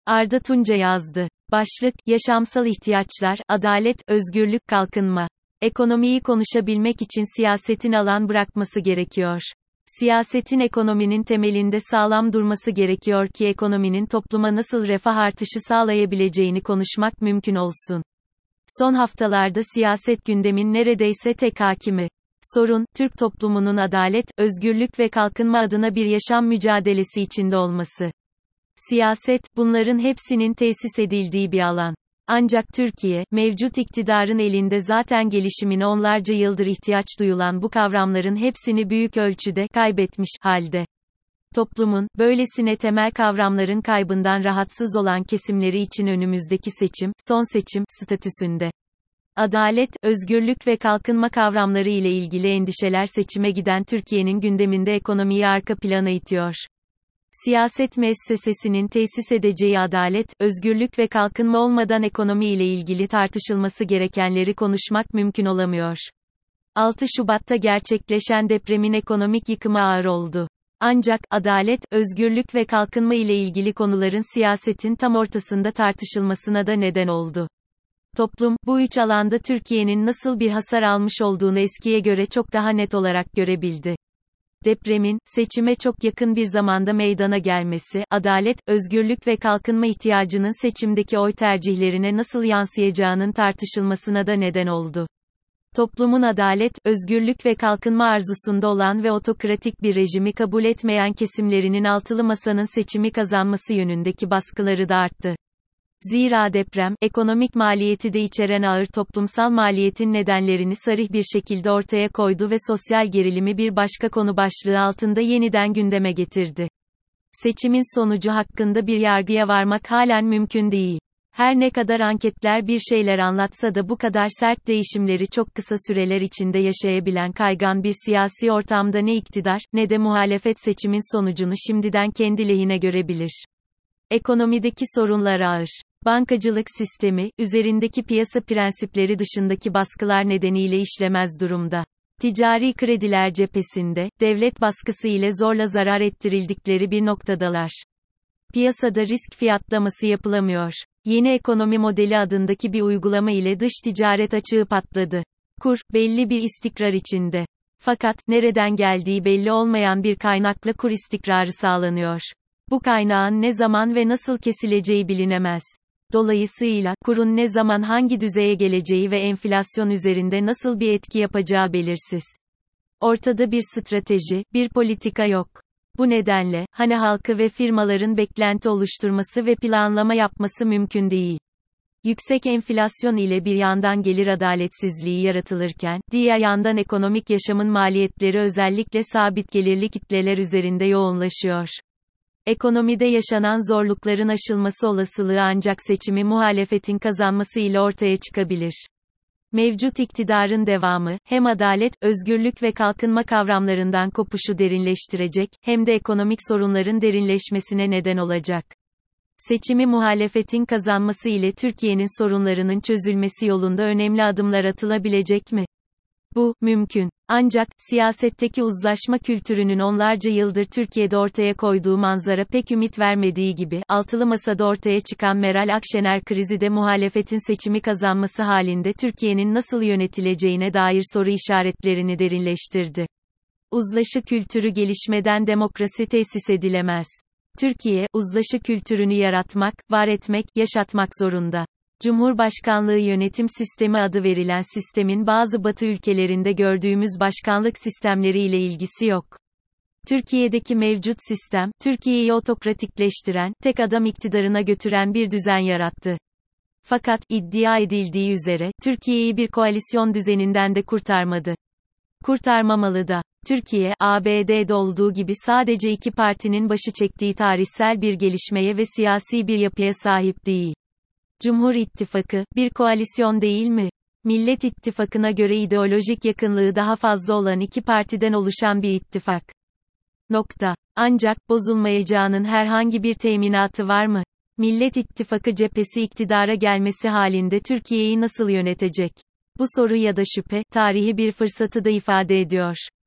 Arda Tunca yazdı. Başlık, yaşamsal ihtiyaçlar, adalet, özgürlük, kalkınma. Ekonomiyi konuşabilmek için siyasetin alan bırakması gerekiyor. Siyasetin ekonominin temelinde sağlam durması gerekiyor ki ekonominin topluma nasıl refah artışı sağlayabileceğini konuşmak mümkün olsun. Son haftalarda siyaset gündemin neredeyse tek hakimi. Sorun, Türk toplumunun adalet, özgürlük ve kalkınma adına bir yaşam mücadelesi içinde olması. Siyaset, bunların hepsinin tesis edildiği bir alan. Ancak Türkiye, mevcut iktidarın elinde zaten gelişimine onlarca yıldır ihtiyaç duyulan bu kavramların hepsini büyük ölçüde kaybetmiş halde. Toplumun, böylesine temel kavramların kaybından rahatsız olan kesimleri için önümüzdeki seçim, son seçim, statüsünde. Adalet, özgürlük ve kalkınma kavramları ile ilgili endişeler seçime giden Türkiye'nin gündeminde ekonomiyi arka plana itiyor. Siyaset müessesesinin tesis edeceği adalet, özgürlük ve kalkınma olmadan ekonomi ile ilgili tartışılması gerekenleri konuşmak mümkün olamıyor. 6 Şubat'ta gerçekleşen depremin ekonomik yıkımı ağır oldu. Ancak, adalet, özgürlük ve kalkınma ile ilgili konuların siyasetin tam ortasında tartışılmasına da neden oldu. Toplum, bu üç alanda Türkiye'nin nasıl bir hasar almış olduğunu eskiye göre çok daha net olarak görebildi. Depremin, seçime çok yakın bir zamanda meydana gelmesi, adalet, özgürlük ve kalkınma ihtiyacının seçimdeki oy tercihlerine nasıl yansıyacağının tartışılmasına da neden oldu. Toplumun adalet, özgürlük ve kalkınma arzusunda olan ve otokratik bir rejimi kabul etmeyen kesimlerinin altılı masanın seçimi kazanması yönündeki baskıları da arttı. Zira deprem, ekonomik maliyeti de içeren ağır toplumsal maliyetin nedenlerini sarih bir şekilde ortaya koydu ve sosyal gerilimi bir başka konu başlığı altında yeniden gündeme getirdi. Seçimin sonucu hakkında bir yargıya varmak halen mümkün değil. Her ne kadar anketler bir şeyler anlatsa da bu kadar sert değişimleri çok kısa süreler içinde yaşayabilen kaygan bir siyasi ortamda ne iktidar, ne de muhalefet seçimin sonucunu şimdiden kendi lehine görebilir. Ekonomideki sorunlar ağır. Bankacılık sistemi, üzerindeki piyasa prensipleri dışındaki baskılar nedeniyle işlemez durumda. Ticari krediler cephesinde, devlet baskısı ile zorla zarar ettirildikleri bir noktadalar. Piyasada risk fiyatlaması yapılamıyor. Yeni ekonomi modeli adındaki bir uygulama ile dış ticaret açığı patladı. Kur, belli bir istikrar içinde. Fakat, nereden geldiği belli olmayan bir kaynakla kur istikrarı sağlanıyor. Bu kaynağın ne zaman ve nasıl kesileceği bilinemez. Dolayısıyla, kurun ne zaman hangi düzeye geleceği ve enflasyon üzerinde nasıl bir etki yapacağı belirsiz. Ortada bir strateji, bir politika yok. Bu nedenle, halkı ve firmaların beklenti oluşturması ve planlama yapması mümkün değil. Yüksek enflasyon ile bir yandan gelir adaletsizliği yaratılırken, diğer yandan ekonomik yaşamın maliyetleri özellikle sabit gelirli kitleler üzerinde yoğunlaşıyor. Ekonomide yaşanan zorlukların aşılması olasılığı ancak seçimi muhalefetin kazanması ile ortaya çıkabilir. Mevcut iktidarın devamı, hem adalet, özgürlük ve kalkınma kavramlarından kopuşu derinleştirecek, hem de ekonomik sorunların derinleşmesine neden olacak. Seçimi muhalefetin kazanması ile Türkiye'nin sorunlarının çözülmesi yolunda önemli adımlar atılabilecek mi? Bu, mümkün. Ancak, siyasetteki uzlaşma kültürünün onlarca yıldır Türkiye'de ortaya koyduğu manzara pek ümit vermediği gibi, altılı masada ortaya çıkan Meral Akşener krizi de muhalefetin seçimi kazanması halinde Türkiye'nin nasıl yönetileceğine dair soru işaretlerini derinleştirdi. Uzlaşı kültürü gelişmeden demokrasi tesis edilemez. Türkiye, uzlaşı kültürünü yaratmak, var etmek, yaşatmak zorunda. Cumhurbaşkanlığı yönetim sistemi adı verilen sistemin bazı Batı ülkelerinde gördüğümüz başkanlık sistemleriyle ilgisi yok. Türkiye'deki mevcut sistem, Türkiye'yi otokratikleştiren, tek adam iktidarına götüren bir düzen yarattı. Fakat, iddia edildiği üzere, Türkiye'yi bir koalisyon düzeninden de kurtarmadı. Kurtarmamalı da. Türkiye, ABD'de olduğu gibi sadece iki partinin başı çektiği tarihsel bir gelişmeye ve siyasi bir yapıya sahip değil. Cumhur İttifakı, bir koalisyon değil mi? Millet İttifakı'na göre ideolojik yakınlığı daha fazla olan iki partiden oluşan bir ittifak. Ancak, bozulmayacağının herhangi bir teminatı var mı? Millet İttifakı cephesi iktidara gelmesi halinde Türkiye'yi nasıl yönetecek? Bu soru ya da şüphe, tarihi bir fırsatı da ifade ediyor.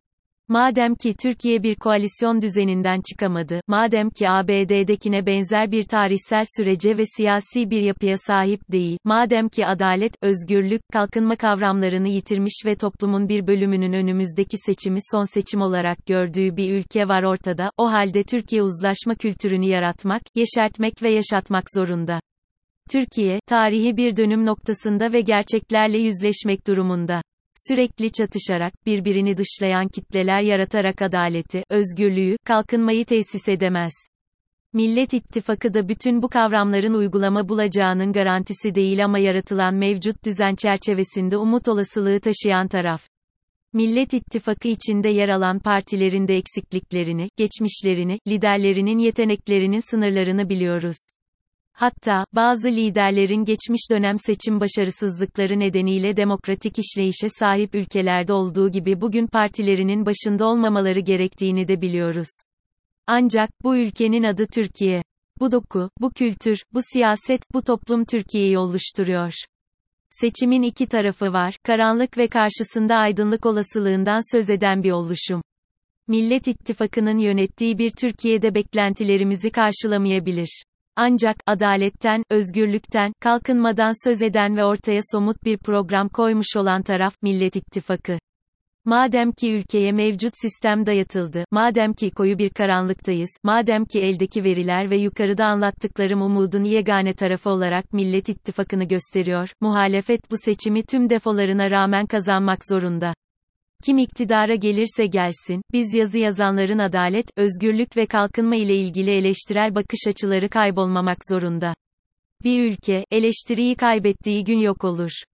Madem ki Türkiye bir koalisyon düzeninden çıkamadı, madem ki ABD'dekine benzer bir tarihsel sürece ve siyasi bir yapıya sahip değil, madem ki adalet, özgürlük, kalkınma kavramlarını yitirmiş ve toplumun bir bölümünün önümüzdeki seçimi son seçim olarak gördüğü bir ülke var ortada, o halde Türkiye uzlaşma kültürünü yaratmak, yeşertmek ve yaşatmak zorunda. Türkiye, tarihi bir dönüm noktasında ve gerçeklerle yüzleşmek durumunda. Sürekli çatışarak, birbirini dışlayan kitleler yaratarak adaleti, özgürlüğü, kalkınmayı tesis edemez. Millet İttifakı da bütün bu kavramların uygulama bulacağının garantisi değil ama yaratılan mevcut düzen çerçevesinde umut olasılığı taşıyan taraf. Millet İttifakı içinde yer alan partilerin de eksikliklerini, geçmişlerini, liderlerinin yeteneklerinin sınırlarını biliyoruz. Hatta, bazı liderlerin geçmiş dönem seçim başarısızlıkları nedeniyle demokratik işleyişe sahip ülkelerde olduğu gibi bugün partilerinin başında olmamaları gerektiğini de biliyoruz. Ancak, bu ülkenin adı Türkiye. Bu doku, bu kültür, bu siyaset, bu toplum Türkiye'yi oluşturuyor. Seçimin iki tarafı var, karanlık ve karşısında aydınlık olasılığından söz eden bir oluşum. Millet İttifakı'nın yönettiği bir Türkiye'de beklentilerimizi karşılamayabilir. Ancak, adaletten, özgürlükten, kalkınmadan söz eden ve ortaya somut bir program koymuş olan taraf, Millet İttifakı. Madem ki ülkeye mevcut sistem dayatıldı, madem ki koyu bir karanlıktayız, madem ki eldeki veriler ve yukarıda anlattıklarım umudun yegane tarafı olarak Millet İttifakı'nı gösteriyor, muhalefet bu seçimi tüm defolarına rağmen kazanmak zorunda. Kim iktidara gelirse gelsin, biz yazı yazanların adalet, özgürlük ve kalkınma ile ilgili eleştirel bakış açıları kaybolmamak zorunda. Bir ülke, eleştiriyi kaybettiği gün yok olur.